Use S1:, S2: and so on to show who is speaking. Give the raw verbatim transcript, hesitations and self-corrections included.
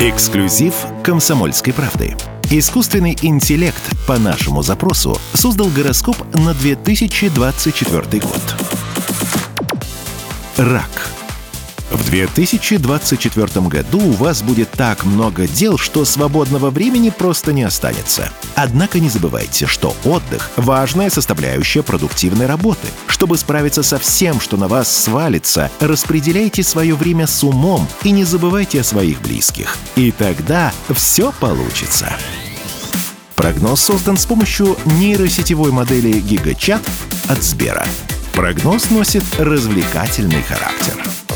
S1: Эксклюзив «Комсомольской правды». Искусственный интеллект по нашему запросу создал гороскоп на две тысячи двадцать четвёртый год. Рак. В две тысячи двадцать четвёртом году у вас будет так много дел, что свободного времени просто не останется. Однако не забывайте, что отдых – важная составляющая продуктивной работы. Чтобы справиться со всем, что на вас свалится, распределяйте свое время с умом и не забывайте о своих близких. И тогда все получится. Прогноз создан с помощью нейросетевой модели GigaChat от Сбера. Прогноз носит развлекательный характер.